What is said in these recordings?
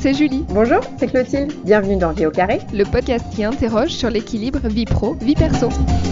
c'est Julie. Bonjour, c'est Clotilde. Bienvenue dans Vie au carré, le podcast qui interroge sur l'équilibre vie pro, vie perso.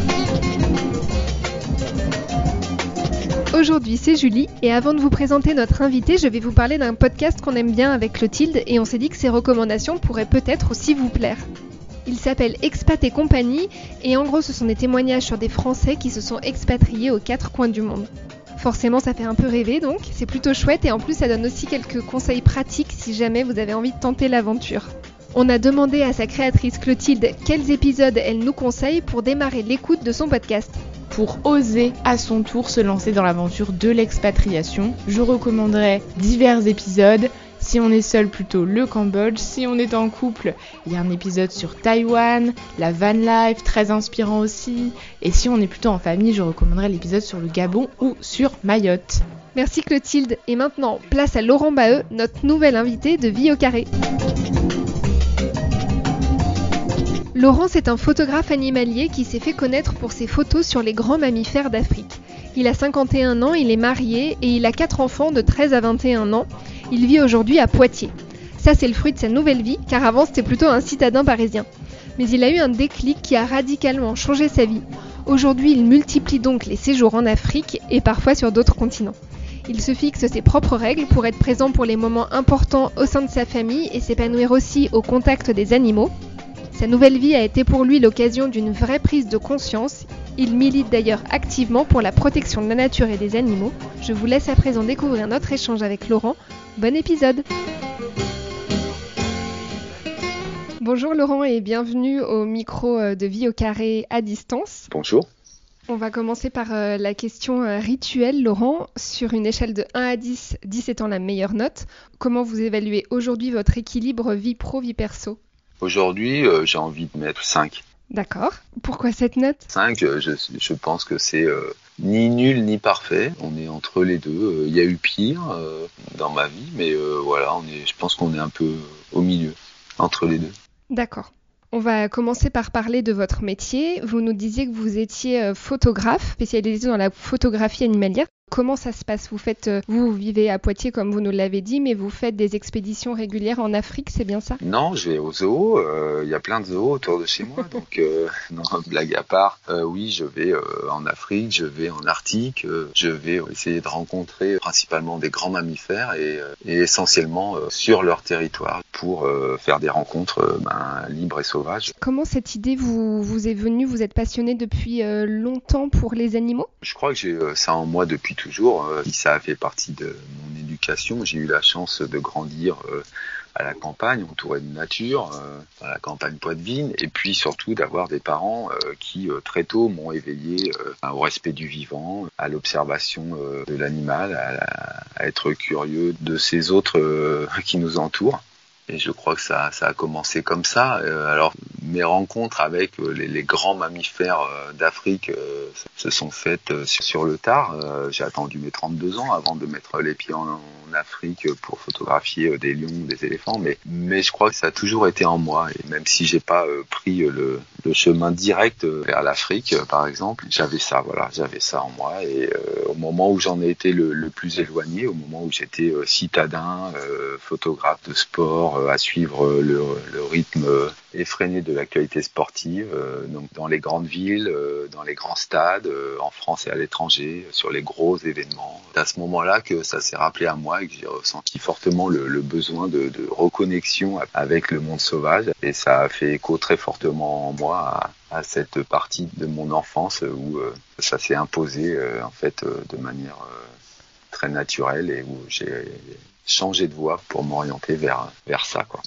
Aujourd'hui, c'est Julie, et avant de vous présenter notre invité, je vais vous parler d'un podcast qu'on aime bien avec Clotilde, et on s'est dit que ses recommandations pourraient peut-être aussi vous plaire. Il s'appelle Expat et compagnie, et en gros, ce sont des témoignages sur des Français qui se sont expatriés aux 4 coins du monde. Forcément, ça fait un peu rêver, donc c'est plutôt chouette, et en plus, ça donne aussi quelques conseils pratiques si jamais vous avez envie de tenter l'aventure. On a demandé à sa créatrice Clotilde quels épisodes elle nous conseille pour démarrer l'écoute de son podcast. Pour oser à son tour se lancer dans l'aventure de l'expatriation, je recommanderais divers épisodes. Si on est seul, plutôt le Cambodge. Si on est en couple, il y a un épisode sur Taïwan, la van life, très inspirant aussi. Et si on est plutôt en famille, je recommanderais l'épisode sur le Gabon ou sur Mayotte. Merci Clotilde. Et maintenant, place à Laurent Baheux, notre nouvel invité de Vie au carré. Laurent, c'est un photographe animalier qui s'est fait connaître pour ses photos sur les grands mammifères d'Afrique. Il a 51 ans, il est marié et il a 4 enfants de 13 à 21 ans. Il vit aujourd'hui à Poitiers. Ça, c'est le fruit de sa nouvelle vie, car avant, c'était plutôt un citadin parisien. Mais il a eu un déclic qui a radicalement changé sa vie. Aujourd'hui, il multiplie donc les séjours en Afrique et parfois sur d'autres continents. Il se fixe ses propres règles pour être présent pour les moments importants au sein de sa famille et s'épanouir aussi au contact des animaux. Sa nouvelle vie a été pour lui l'occasion d'une vraie prise de conscience. Il milite d'ailleurs activement pour la protection de la nature et des animaux. Je vous laisse à présent découvrir notre échange avec Laurent. Bon épisode! Bonjour Laurent et bienvenue au micro de Vie au carré à distance. Bonjour. On va commencer par la question rituelle, Laurent. Sur une échelle de 1 à 10, 10 étant la meilleure note, comment vous évaluez aujourd'hui votre équilibre vie pro-vie perso? Aujourd'hui, j'ai envie de mettre 5. D'accord. Pourquoi cette note? 5, je pense que c'est ni nul ni parfait. On est entre les deux. Il y a eu pire dans ma vie, mais voilà, je pense qu'on est un peu au milieu, entre les deux. D'accord. On va commencer par parler de votre métier. Vous nous disiez que vous étiez photographe, spécialisé dans la photographie animalière. Comment ça se passe? Vous vivez à Poitiers comme vous nous l'avez dit, mais vous faites des expéditions régulières en Afrique, c'est bien ça? Non, je vais au zoo. Il y a plein de zoos autour de chez moi, donc non, blague à part. Oui, je vais en Afrique, je vais en Arctique, je vais essayer de rencontrer principalement des grands mammifères et essentiellement sur leur territoire pour faire des rencontres libres et sauvages. Comment cette idée vous est venue? Vous êtes passionné depuis longtemps pour les animaux? Je crois que j'ai ça en moi depuis toujours. Ça a fait partie de mon éducation. J'ai eu la chance de grandir à la campagne, entouré de nature, dans la campagne poitevine, et puis surtout d'avoir des parents qui très tôt m'ont éveillé au respect du vivant, à l'observation de l'animal, à être curieux de ces autres qui nous entourent. Et je crois que ça a commencé comme ça. Alors mes rencontres avec les grands mammifères d'Afrique se sont faites sur le tard. J'ai attendu mes 32 ans avant de mettre les pieds en Afrique pour photographier des lions, des éléphants. Mais je crois que ça a toujours été en moi. Et même si j'ai pas pris le chemin direct vers l'Afrique, par exemple, j'avais ça en moi. Et au moment où j'en ai été le plus éloigné, au moment où j'étais citadin, photographe de sport, à suivre le rythme effréné de l'actualité sportive, donc dans les grandes villes, dans les grands stades, en France et à l'étranger, sur les gros événements. C'est à ce moment-là que ça s'est rappelé à moi et que j'ai ressenti fortement le besoin de reconnexion avec le monde sauvage. Et ça a fait écho très fortement en moi à cette partie de mon enfance où ça s'est imposé en fait de manière très naturelle et où j'ai changé de voie pour m'orienter vers ça, quoi.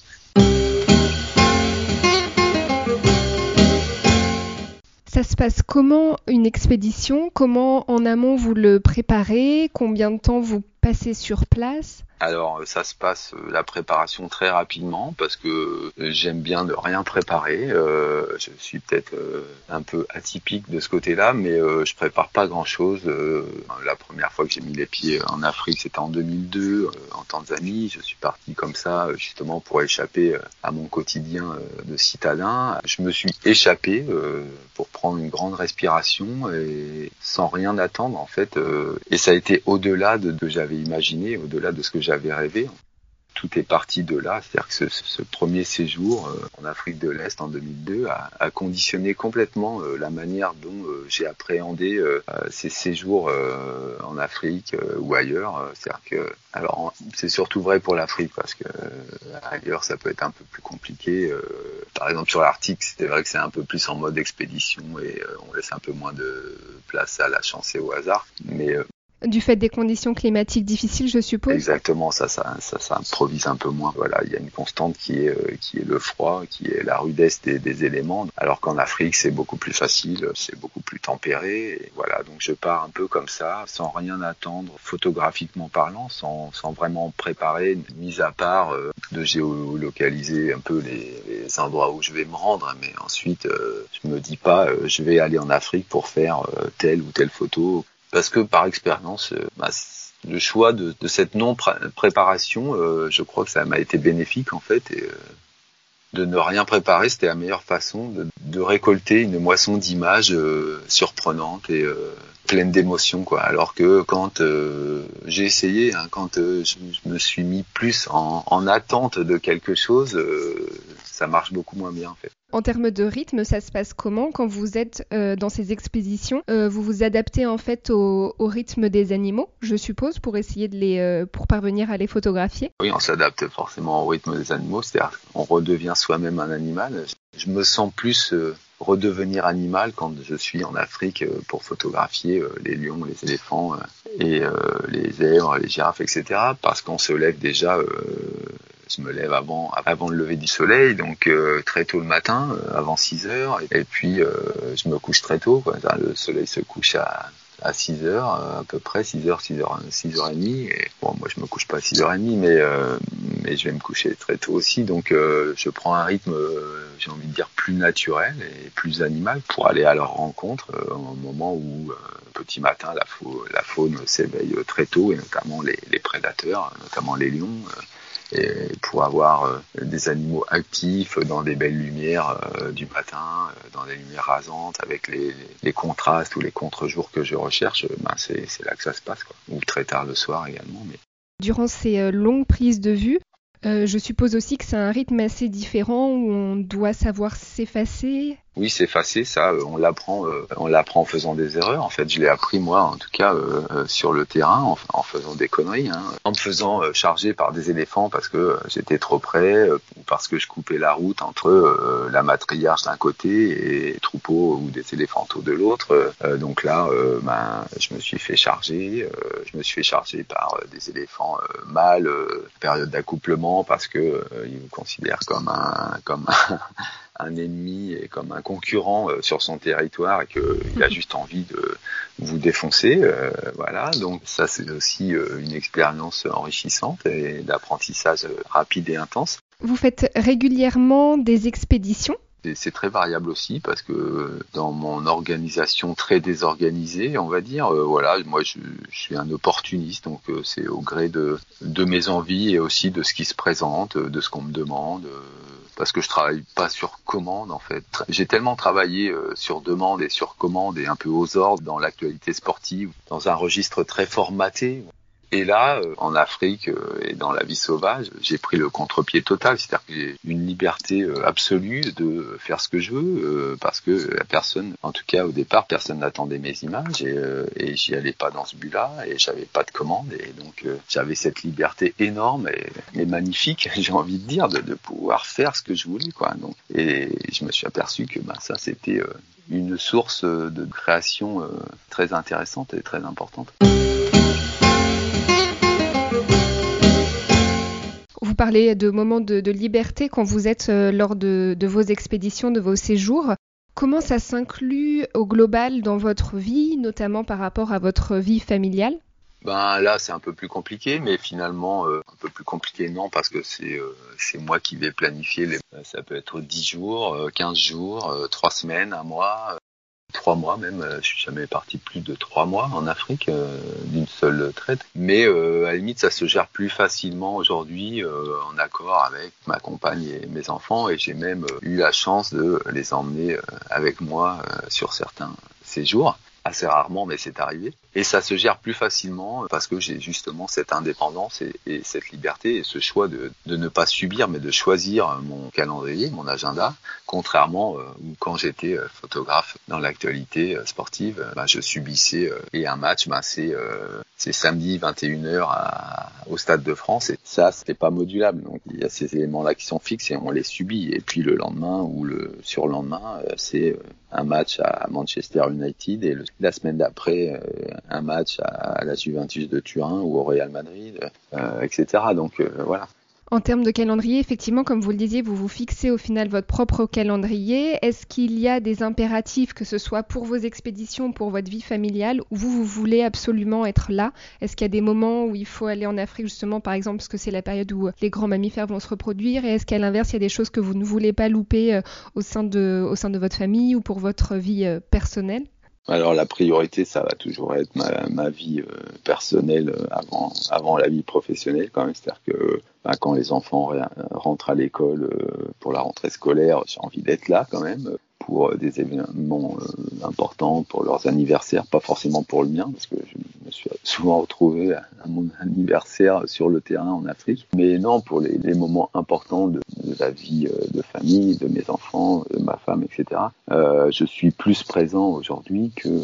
Ça se passe comment une expédition? Comment en amont vous le préparez? Combien de temps vous passez sur place? Alors ça se passe la préparation très rapidement parce que j'aime bien ne rien préparer. Je suis peut-être un peu atypique de ce côté-là, mais je prépare pas grand-chose. La première fois que j'ai mis les pieds en Afrique, c'était en 2002, en Tanzanie. Je suis parti comme ça justement pour échapper à mon quotidien de citadin. Je me suis échappé pour prendre une grande respiration et sans rien attendre en fait. Et ça a été au-delà de ce que j'avais imaginé, au-delà de ce que j'avais rêvé. tout est parti de là. C'est-à-dire que ce premier séjour en Afrique de l'Est en 2002 a conditionné complètement la manière dont j'ai appréhendé ces séjours en Afrique ou ailleurs. C'est-à-dire que, alors, c'est surtout vrai pour l'Afrique parce que ailleurs ça peut être un peu plus compliqué. Par exemple sur l'Arctique, c'est vrai que c'est un peu plus en mode expédition et on laisse un peu moins de place à la chance et au hasard. Mais du fait des conditions climatiques difficiles, je suppose. Exactement, ça improvise un peu moins. Voilà, il y a une constante qui est le froid, qui est la rudesse des éléments. Alors qu'en Afrique, c'est beaucoup plus facile, c'est beaucoup plus tempéré. Et voilà, donc je pars un peu comme ça, sans rien attendre, photographiquement parlant, sans vraiment préparer, mis à part de géolocaliser un peu les endroits où je vais me rendre. Mais ensuite, je me dis pas, je vais aller en Afrique pour faire telle ou telle photo. Parce que par expérience, le choix de cette non-préparation, je crois que ça m'a été bénéfique en fait. Et de ne rien préparer, c'était la meilleure façon de récolter une moisson d'images surprenantes et pleine d'émotions, quoi. Alors que quand j'ai essayé, quand je me suis mis plus en attente de quelque chose, ça marche beaucoup moins bien en fait. En termes de rythme, ça se passe comment quand vous êtes dans ces expéditions? Vous vous adaptez en fait au rythme des animaux, je suppose, pour essayer pour parvenir à les photographier? Oui, on s'adapte forcément au rythme des animaux, c'est-à-dire qu'on redevient soi-même un animal. Je me sens plus redevenir animal quand je suis en Afrique pour photographier les lions, les éléphants et les zèbres, les girafes, etc. Parce qu'on se lève déjà... Je me lève avant le lever du soleil, donc très tôt le matin, avant 6 heures. Et puis, je me couche très tôt, quoi. Le soleil se couche à 6 heures, à peu près, 6h30. Et bon, moi, je me couche pas à 6h30, mais je vais me coucher très tôt aussi. Donc, je prends un rythme, j'ai envie de dire, plus naturel et plus animal pour aller à leur rencontre au moment où, petit matin, la faune s'éveille très tôt, et notamment les prédateurs, notamment les lions. Et pour avoir des animaux actifs dans des belles lumières du matin, dans des lumières rasantes, avec les contrastes ou les contre-jours que je recherche, c'est là que ça se passe, quoi. Ou très tard le soir également. Mais... Durant ces longues prises de vue, je suppose aussi que c'est un rythme assez différent où on doit savoir s'effacer. Oui, s'effacer, ça, on l'apprend en faisant des erreurs. En fait, je l'ai appris moi, en tout cas, sur le terrain, en faisant des conneries, en me faisant charger par des éléphants parce que j'étais trop près, ou parce que je coupais la route entre la matriarche d'un côté et les troupeaux ou des éléphantaux de l'autre. Donc là, je me suis fait charger. Je me suis fait charger par des éléphants mâles, période d'accouplement, parce que ils me considèrent comme un ennemi et comme un concurrent sur son territoire et qu'il a juste envie de vous défoncer. Voilà, donc ça c'est aussi une expérience enrichissante et d'apprentissage rapide et intense. Vous faites régulièrement des expéditions ? C'est très variable aussi parce que dans mon organisation très désorganisée, on va dire, moi je suis un opportuniste, donc c'est au gré de mes envies et aussi de ce qui se présente, de ce qu'on me demande, parce que je travaille pas sur commande en fait. J'ai tellement travaillé sur demande et sur commande et un peu aux ordres dans l'actualité sportive, dans un registre très formaté. Et là, en Afrique et dans la vie sauvage, j'ai pris le contre-pied total, c'est-à-dire que j'ai une liberté absolue de faire ce que je veux, parce que personne, en tout cas au départ, personne n'attendait mes images et j'y allais pas dans ce but-là et j'avais pas de commande et donc j'avais cette liberté énorme et magnifique, j'ai envie de dire, de pouvoir faire ce que je voulais, quoi. Donc, et je me suis aperçu que ça c'était une source de création très intéressante et très importante. Vous parlez de moments de liberté quand vous êtes lors de vos expéditions, de vos séjours. Comment ça s'inclut au global dans votre vie, notamment par rapport à votre vie familiale ? Là, c'est un peu plus compliqué, mais finalement, un peu plus compliqué non, parce que c'est moi qui vais planifier. Ça peut être 10 jours, 15 jours, 3 semaines, 1 mois... 3 mois même, je suis jamais parti plus de 3 mois en Afrique d'une seule traite. Mais à la limite, ça se gère plus facilement aujourd'hui en accord avec ma compagne et mes enfants. Et j'ai même eu la chance de les emmener avec moi sur certains séjours. assez rarement, mais c'est arrivé. Et ça se gère plus facilement parce que j'ai justement cette indépendance et cette liberté et ce choix de ne pas subir, mais de choisir mon calendrier, mon agenda, contrairement où quand j'étais photographe dans l'actualité sportive, je subissais et un match, c'est samedi 21h au Stade de France et ça, c'est pas modulable. Donc il y a ces éléments-là qui sont fixes et on les subit. Et puis le lendemain ou le surlendemain, c'est un match à Manchester United et la semaine d'après, un match à la Juventus de Turin ou au Real Madrid, etc. Donc voilà. En termes de calendrier, effectivement, comme vous le disiez, vous vous fixez au final votre propre calendrier. Est-ce qu'il y a des impératifs, que ce soit pour vos expéditions, pour votre vie familiale, où vous voulez absolument être là? Est-ce qu'il y a des moments où il faut aller en Afrique, justement, par exemple, parce que c'est la période où les grands mammifères vont se reproduire? Et est-ce qu'à l'inverse, il y a des choses que vous ne voulez pas louper au sein de votre famille ou pour votre vie personnelle? Alors la priorité, ça va toujours être ma vie personnelle avant la vie professionnelle quand même. C'est-à-dire que quand les enfants rentrent à l'école pour la rentrée scolaire, j'ai envie d'être là quand même pour des événements importants, pour leurs anniversaires, pas forcément pour le mien, parce que je me suis souvent retrouvé à mon anniversaire sur le terrain en Afrique. Mais non, pour les moments importants de la vie de famille, de mes enfants, de ma femme, etc. Je suis plus présent aujourd'hui que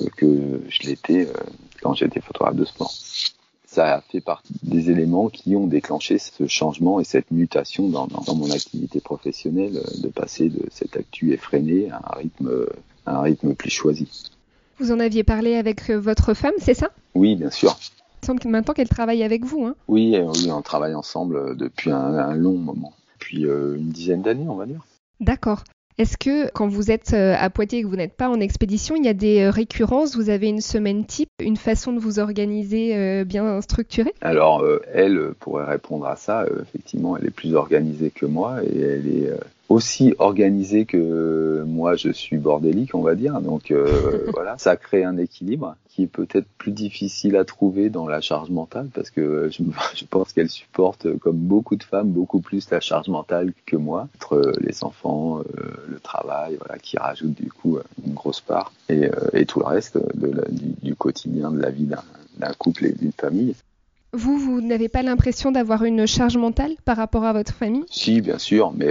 je l'étais quand j'étais photographe de sport. Ça fait partie des éléments qui ont déclenché ce changement et cette mutation dans mon activité professionnelle, de passer de cette actu effrénée à un rythme plus choisi. Vous en aviez parlé avec votre femme, c'est ça? Oui, bien sûr. Il semble maintenant qu'elle travaille avec vous, hein? Oui, on travaille ensemble depuis un long moment, depuis une dizaine d'années, on va dire. D'accord. Est-ce que quand vous êtes à Poitiers et que vous n'êtes pas en expédition, il y a des récurrences? Vous avez une semaine type, une façon de vous organiser bien structurée? Alors, elle pourrait répondre à ça. Effectivement, elle est plus organisée que moi et elle est aussi organisée que moi, je suis bordélique, on va dire. Donc voilà, ça crée un équilibre qui est peut-être plus difficile à trouver dans la charge mentale parce que je pense qu'elle supporte, comme beaucoup de femmes, beaucoup plus la charge mentale que moi, entre les enfants, le travail, voilà, qui rajoute du coup une grosse part et tout le reste du quotidien de la vie d'un couple et d'une famille. Vous n'avez pas l'impression d'avoir une charge mentale par rapport à votre famille? Si, bien sûr, mais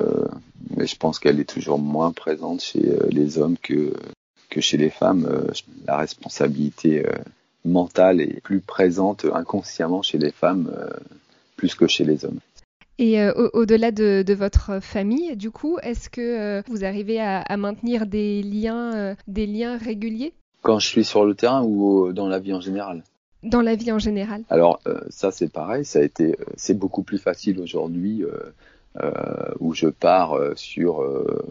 je pense qu'elle est toujours moins présente chez les hommes que chez les femmes. La responsabilité mentale est plus présente inconsciemment chez les femmes plus que chez les hommes. Et au-delà de votre famille, du coup, est-ce que vous arrivez à maintenir des liens réguliers? Quand je suis sur le terrain ou dans la vie en général? Dans la vie en général. Alors ça c'est pareil, c'est beaucoup plus facile aujourd'hui où je pars sur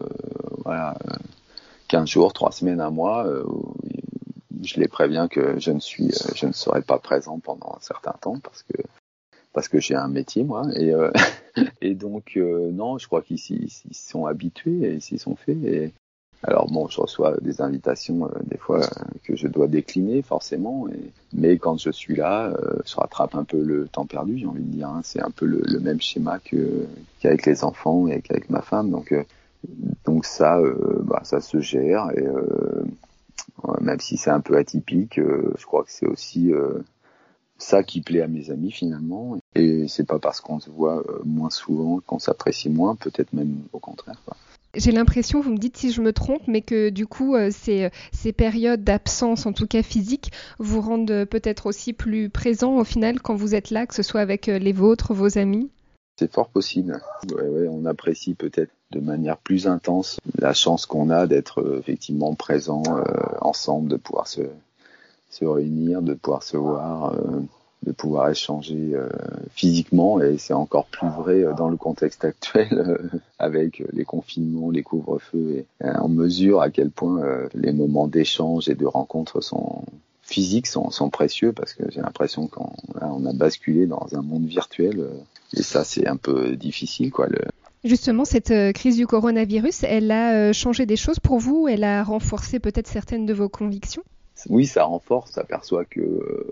15 jours, 3 semaines, 1 mois. Je les préviens que je ne serai pas présent pendant un certain temps parce que j'ai un métier moi et donc non, je crois qu'ils s'y sont habitués et ils s'y sont faits. Et alors bon, je reçois des invitations des fois que je dois décliner forcément, mais quand je suis là, je rattrape un peu le temps perdu, j'ai envie de dire. Hein. C'est un peu le même schéma qu'avec les enfants et avec ma femme. Donc ça, ça se gère. Et même si c'est un peu atypique, je crois que c'est aussi ça qui plaît à mes amis finalement. Et c'est pas parce qu'on se voit moins souvent qu'on s'apprécie moins, peut-être même au contraire, quoi. J'ai l'impression, vous me dites si je me trompe, mais que du coup, ces périodes d'absence, en tout cas physique, vous rendent peut-être aussi plus présent au final quand vous êtes là, que ce soit avec les vôtres, vos amis? C'est fort possible. Ouais, on apprécie peut-être de manière plus intense la chance qu'on a d'être effectivement présent ensemble, de pouvoir se réunir, de pouvoir se voir, de pouvoir échanger physiquement, et c'est encore plus vrai dans le contexte actuel avec les confinements, les couvre-feux, et on mesure à quel point les moments d'échange et de rencontre physiques sont précieux, parce que j'ai l'impression qu'on a basculé dans un monde virtuel et ça c'est un peu difficile, quoi. Justement, cette crise du coronavirus, elle a changé des choses pour vous? Elle a renforcé peut-être certaines de vos convictions? Oui, ça renforce, ça perçoit que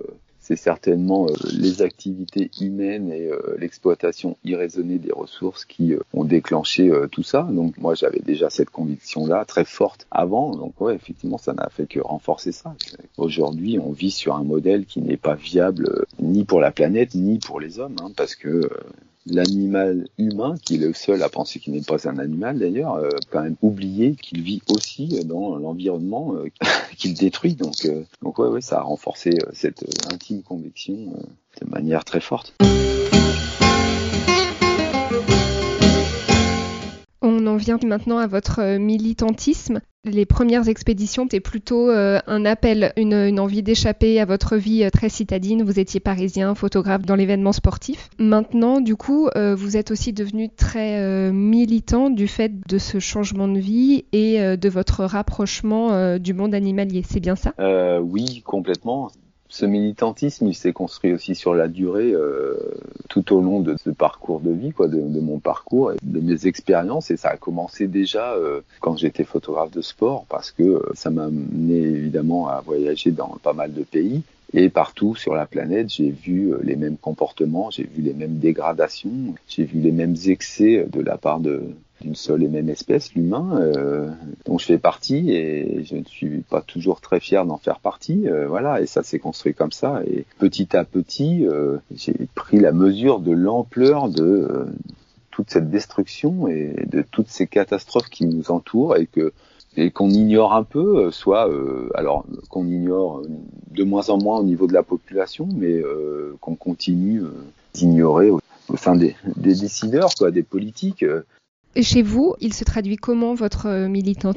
c'est certainement les activités humaines et l'exploitation irraisonnée des ressources qui ont déclenché tout ça. Donc moi j'avais déjà cette conviction-là très forte avant, donc ouais, effectivement ça n'a fait que renforcer ça. Aujourd'hui on vit sur un modèle qui n'est pas viable ni pour la planète ni pour les hommes, parce que l'animal humain, qui est le seul à penser qu'il n'est pas un animal d'ailleurs, quand même oublier qu'il vit aussi dans l'environnement qu'il détruit. Donc ouais, ça a renforcé cette intime conviction de manière très forte. On en vient maintenant à votre militantisme. Les premières expéditions étaient plutôt un appel, une envie d'échapper à votre vie très citadine. Vous étiez parisien, photographe dans l'événement sportif. Maintenant, du coup, vous êtes aussi devenu très militant du fait de ce changement de vie et de votre rapprochement du monde animalier. C'est bien ça ? Oui, complètement. Ce militantisme, il s'est construit aussi sur la durée, tout au long de ce parcours de vie, de mon parcours et de mes expériences. Et ça a commencé déjà quand j'étais photographe de sport, parce que ça m'a amené évidemment à voyager dans pas mal de pays. Et partout sur la planète, j'ai vu les mêmes comportements, j'ai vu les mêmes dégradations, j'ai vu les mêmes excès de la part d'une seule et même espèce, l'humain, dont je fais partie, et je ne suis pas toujours très fier d'en faire partie. Voilà, et ça s'est construit comme ça. Et petit à petit, j'ai pris la mesure de l'ampleur de toute cette destruction et de toutes ces catastrophes qui nous entourent et qu'on ignore un peu, alors qu'on ignore de moins en moins au niveau de la population, mais qu'on continue d'ignorer au sein des décideurs, des politiques. Et chez vous, il se traduit comment votre militantisme ?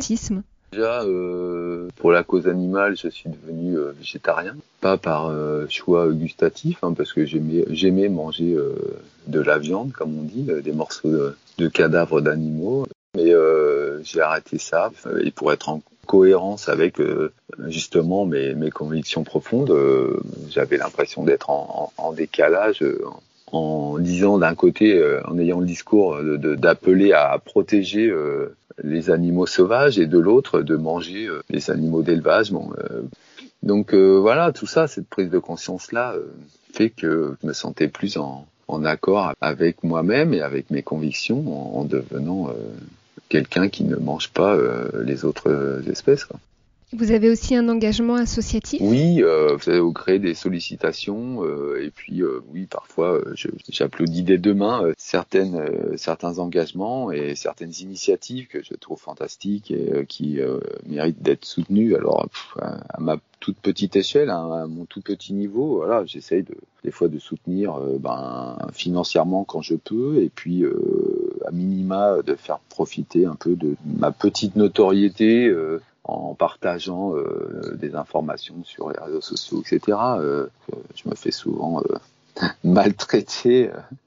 Déjà, pour la cause animale, je suis devenu végétarien, pas par choix gustatif, parce que j'aimais manger de la viande, comme on dit, des morceaux de cadavres d'animaux. Mais j'ai arrêté ça, et pour être en cohérence avec justement mes convictions profondes, j'avais l'impression d'être en décalage, en disant d'un côté, en ayant le discours d'appeler à protéger les animaux sauvages, et de l'autre de manger les animaux d'élevage. Donc voilà, tout ça, cette prise de conscience-là fait que je me sentais plus en accord avec moi-même et avec mes convictions en devenant quelqu'un qui ne mange pas les autres espèces. Vous avez aussi un engagement associatif ? Oui, vous savez, vous créez des sollicitations et puis oui, parfois j'applaudis des deux mains certains engagements et certaines initiatives que je trouve fantastiques et qui méritent d'être soutenues. Alors à ma toute petite échelle, à mon tout petit niveau, voilà, j'essaye des fois de soutenir financièrement quand je peux, et puis à minima de faire profiter un peu de ma petite notoriété en partageant des informations sur les réseaux sociaux, etc. Je me fais souvent maltraiter,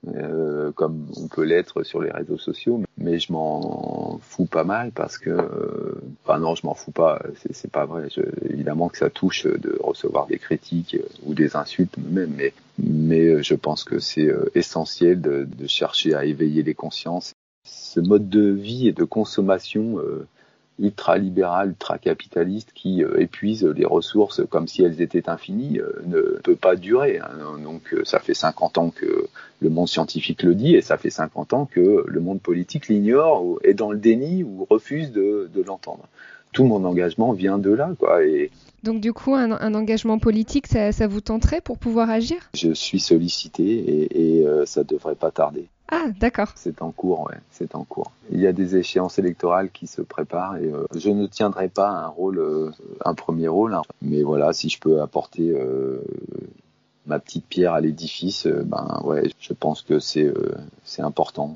comme on peut l'être sur les réseaux sociaux, mais je m'en fous pas mal parce que, non, je m'en fous pas, c'est pas vrai. Évidemment que ça touche de recevoir des critiques ou des insultes même, mais je pense que c'est essentiel de chercher à éveiller les consciences. Ce mode de vie et de consommation ultra-libéral, ultra-capitaliste qui épuise les ressources comme si elles étaient infinies, ne peut pas durer. Donc ça fait 50 ans que le monde scientifique le dit, et ça fait 50 ans que le monde politique l'ignore, ou est dans le déni, ou refuse de l'entendre. Tout mon engagement vient de là, Et donc du coup, un engagement politique, ça vous tenterait pour pouvoir agir ? Je suis sollicité et ça devrait pas tarder. Ah, d'accord. C'est en cours, ouais, c'est en cours. Il y a des échéances électorales qui se préparent et je ne tiendrai pas un premier rôle, mais voilà, si je peux apporter ma petite pierre à l'édifice, ouais, je pense que c'est important.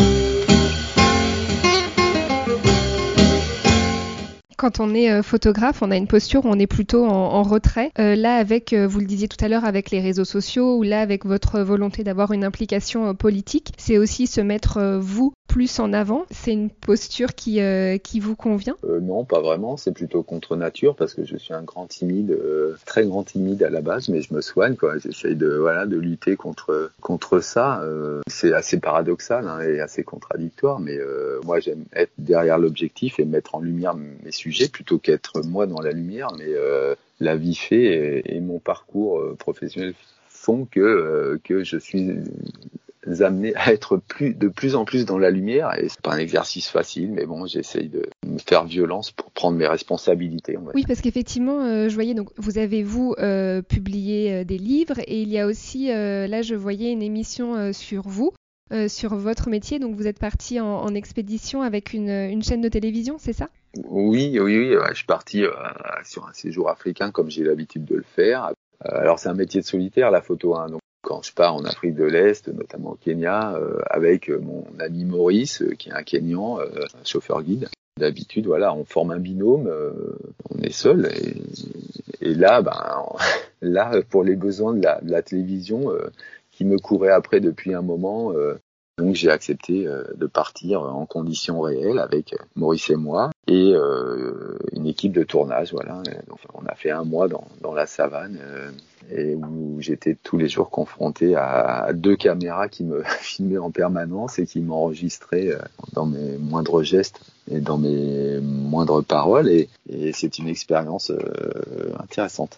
Quand on est photographe, on a une posture où on est plutôt en retrait. Là, avec, vous le disiez tout à l'heure, avec les réseaux sociaux, ou là, avec votre volonté d'avoir une implication politique, c'est aussi se mettre, vous, plus en avant. C'est une posture qui vous convient ? Non, pas vraiment. C'est plutôt contre nature, parce que je suis un grand timide, très grand timide à la base, mais je me soigne, J'essaye de lutter contre ça. C'est assez paradoxal et assez contradictoire, mais moi, j'aime être derrière l'objectif et mettre en lumière mes sujets sujet plutôt qu'être moi dans la lumière, mais la vie fait et mon parcours professionnel font que je suis amené à être de plus en plus dans la lumière, et c'est pas un exercice facile, mais bon, j'essaye de me faire violence pour prendre mes responsabilités. Oui, parce qu'effectivement, je voyais, donc vous avez publié des livres, et il y a aussi, là je voyais une émission sur vous, sur votre métier, donc vous êtes parti en expédition avec une chaîne de télévision, c'est ça ? Oui, je suis parti sur un séjour africain comme j'ai l'habitude de le faire. Alors c'est un métier de solitaire, la photo, hein, donc quand je pars en Afrique de l'Est, notamment au Kenya, avec mon ami Maurice, qui est un Kenyan, chauffeur guide. D'habitude, voilà, on forme un binôme, on est seul, et là, pour les besoins de la télévision, qui me courait après depuis un moment, donc j'ai accepté de partir en conditions réelles avec Maurice et moi et une équipe de tournage. Voilà, donc, on a fait un mois dans la savane et où j'étais tous les jours confronté à 2 caméras qui me filmaient en permanence et qui m'enregistraient dans mes moindres gestes et dans mes moindres paroles, et c'est une expérience intéressante.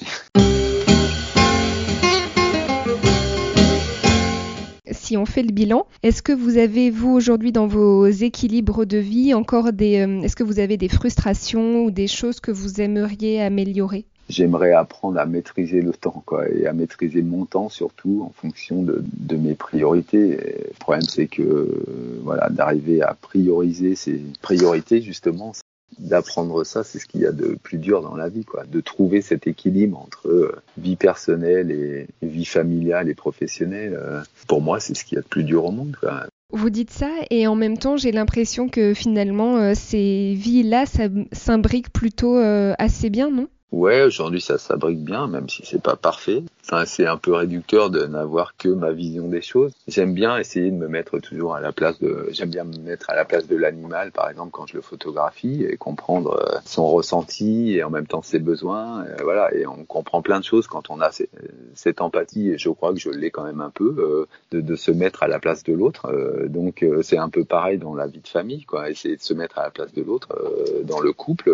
Si on fait le bilan, est-ce que vous avez, vous, aujourd'hui, dans vos équilibres de vie, encore est-ce que vous avez des frustrations ou des choses que vous aimeriez améliorer ? J'aimerais apprendre à maîtriser le temps, et à maîtriser mon temps, surtout en fonction de mes priorités. Et le problème, c'est que, d'arriver à prioriser ses priorités, justement, d'apprendre ça, c'est ce qu'il y a de plus dur dans la vie, de trouver cet équilibre entre vie personnelle et vie familiale et professionnelle. Pour moi, c'est ce qu'il y a de plus dur au monde, Vous dites ça, et en même temps, j'ai l'impression que finalement, ces vies-là, ça s'imbrique plutôt assez bien, non ? Ouais, aujourd'hui ça s'abrique bien, même si c'est pas parfait. Enfin, c'est un peu réducteur de n'avoir que ma vision des choses. J'aime bien essayer de me mettre toujours j'aime bien me mettre à la place de l'animal, par exemple, quand je le photographie, et comprendre son ressenti et en même temps ses besoins. Et on comprend plein de choses quand on a cette empathie, et je crois que je l'ai quand même un peu, de se mettre à la place de l'autre. Donc c'est un peu pareil dans la vie de famille, essayer de se mettre à la place de l'autre, dans le couple,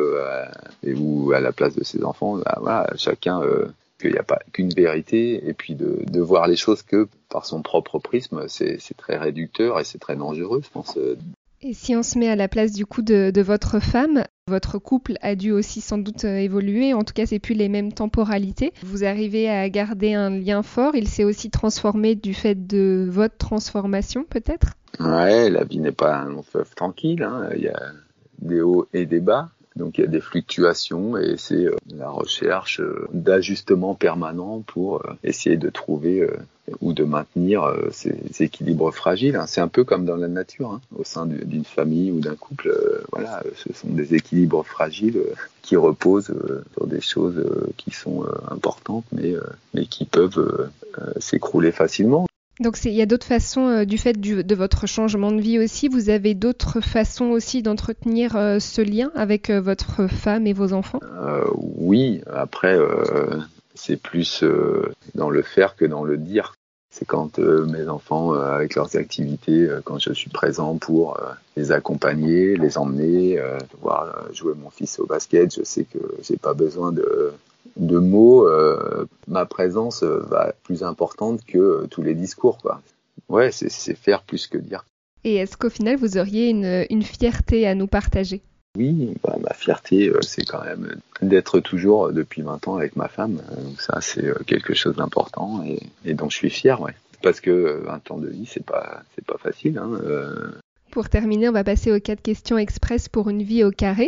ou à la place de ses enfants. Chacun, qu'il n'y a pas qu'une vérité, et puis de voir les choses que par son propre prisme, c'est très réducteur et c'est très dangereux, je pense. Et si on se met à la place du coup de votre femme, votre couple a dû aussi sans doute évoluer, en tout cas c'est plus les mêmes temporalités. Vous arrivez à garder un lien fort, il s'est aussi transformé du fait de votre transformation peut-être ? Ouais, la vie n'est pas un long fleuve tranquille, il y a des hauts et des bas. Donc il y a des fluctuations, et c'est la recherche d'ajustements permanents pour essayer de trouver ou de maintenir ces équilibres fragiles. C'est un peu comme dans la nature, au sein d'une famille ou d'un couple. Ce sont des équilibres fragiles qui reposent sur des choses qui sont importantes, mais qui peuvent s'écrouler facilement. Donc il y a d'autres façons, du fait de votre changement de vie aussi, vous avez d'autres façons aussi d'entretenir ce lien avec votre femme et vos enfants ? Oui, après c'est plus dans le faire que dans le dire. C'est quand mes enfants, avec leurs activités, quand je suis présent pour les accompagner, les emmener, voir jouer mon fils au basket, je sais que j'ai pas besoin de mots, ma présence va être plus importante que tous les discours, Ouais, c'est faire plus que dire. Et est-ce qu'au final, vous auriez une fierté à nous partager ? Oui, ma fierté, c'est quand même d'être toujours depuis 20 ans avec ma femme. Ça, c'est quelque chose d'important et dont je suis fier, ouais. Parce que 20 ans de vie, c'est pas facile. Pour terminer, on va passer aux 4 questions express pour une vie au carré.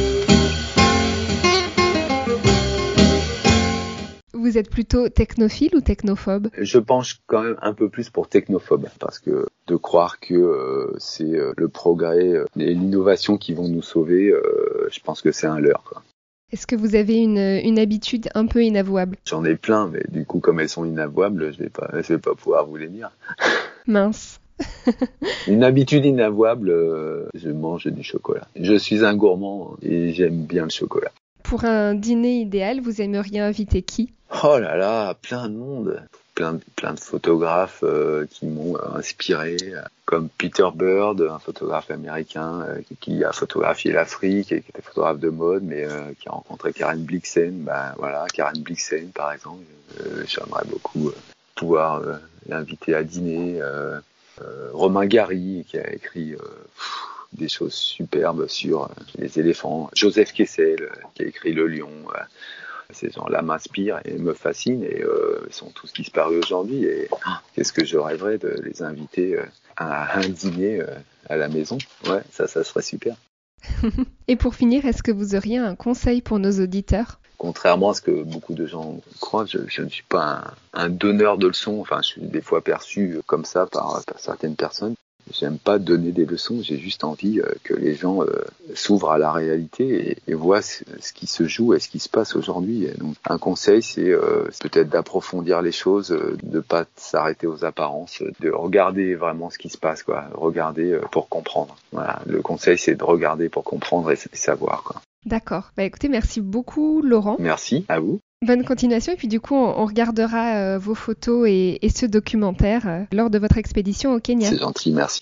Vous êtes plutôt technophile ou technophobe ? Je penche quand même un peu plus pour technophobe, parce que de croire que c'est le progrès et l'innovation qui vont nous sauver, je pense que c'est un leurre, Est-ce que vous avez une habitude un peu inavouable ? J'en ai plein, mais du coup, comme elles sont inavouables, je vais pas pouvoir vous les dire. Mince. Une habitude inavouable, je mange du chocolat. Je suis un gourmand et j'aime bien le chocolat. Pour un dîner idéal, vous aimeriez inviter qui ? Oh là là, plein de monde. Plein de photographes qui m'ont inspiré. comme Peter Bird, un photographe américain qui a photographié l'Afrique et qui était photographe de mode, mais qui a rencontré Karen Blixen. Karen Blixen, par exemple, j'aimerais beaucoup pouvoir l'inviter à dîner. Romain Gary, qui a écrit des choses superbes sur les éléphants. Joseph Kessel, qui a écrit Le Lion. Ces gens-là m'inspirent et me fascinent et ils sont tous disparus aujourd'hui. Et qu'est-ce que je rêverais de les inviter à un dîner à la maison. Ouais, ça serait super. Et pour finir, est-ce que vous auriez un conseil pour nos auditeurs ? Contrairement à ce que beaucoup de gens croient, je ne suis pas un donneur de leçons. Enfin, je suis des fois perçu comme ça par certaines personnes. J'aime pas donner des leçons, j'ai juste envie que les gens s'ouvrent à la réalité et voient ce qui se joue et ce qui se passe aujourd'hui. Et donc, un conseil, c'est peut-être d'approfondir les choses, de pas s'arrêter aux apparences, de regarder vraiment ce qui se passe, quoi. Regarder pour comprendre. Voilà, le conseil, c'est de regarder pour comprendre et savoir, quoi. D'accord. Écoutez, merci beaucoup, Laurent. Merci à vous. Bonne continuation et puis du coup on regardera vos photos et ce documentaire lors de votre expédition au Kenya. C'est gentil, merci.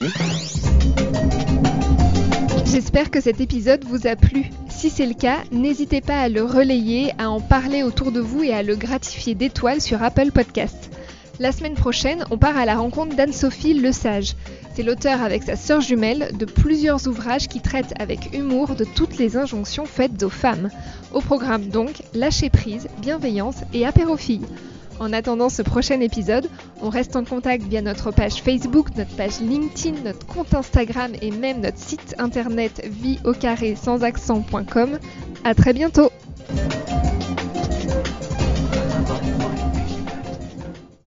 J'espère que cet épisode vous a plu. Si c'est le cas, n'hésitez pas à le relayer, à en parler autour de vous et à le gratifier d'étoiles sur Apple Podcast. La semaine prochaine, on part à la rencontre d'Anne-Sophie Lesage. C'est l'auteur avec sa sœur jumelle de plusieurs ouvrages qui traitent avec humour de toutes les injonctions faites aux femmes. Au programme donc, lâcher prise, bienveillance et apérophilie. En attendant ce prochain épisode, on reste en contact via notre page Facebook, notre page LinkedIn, notre compte Instagram et même notre site internet vie-sans-accent.com. À très bientôt!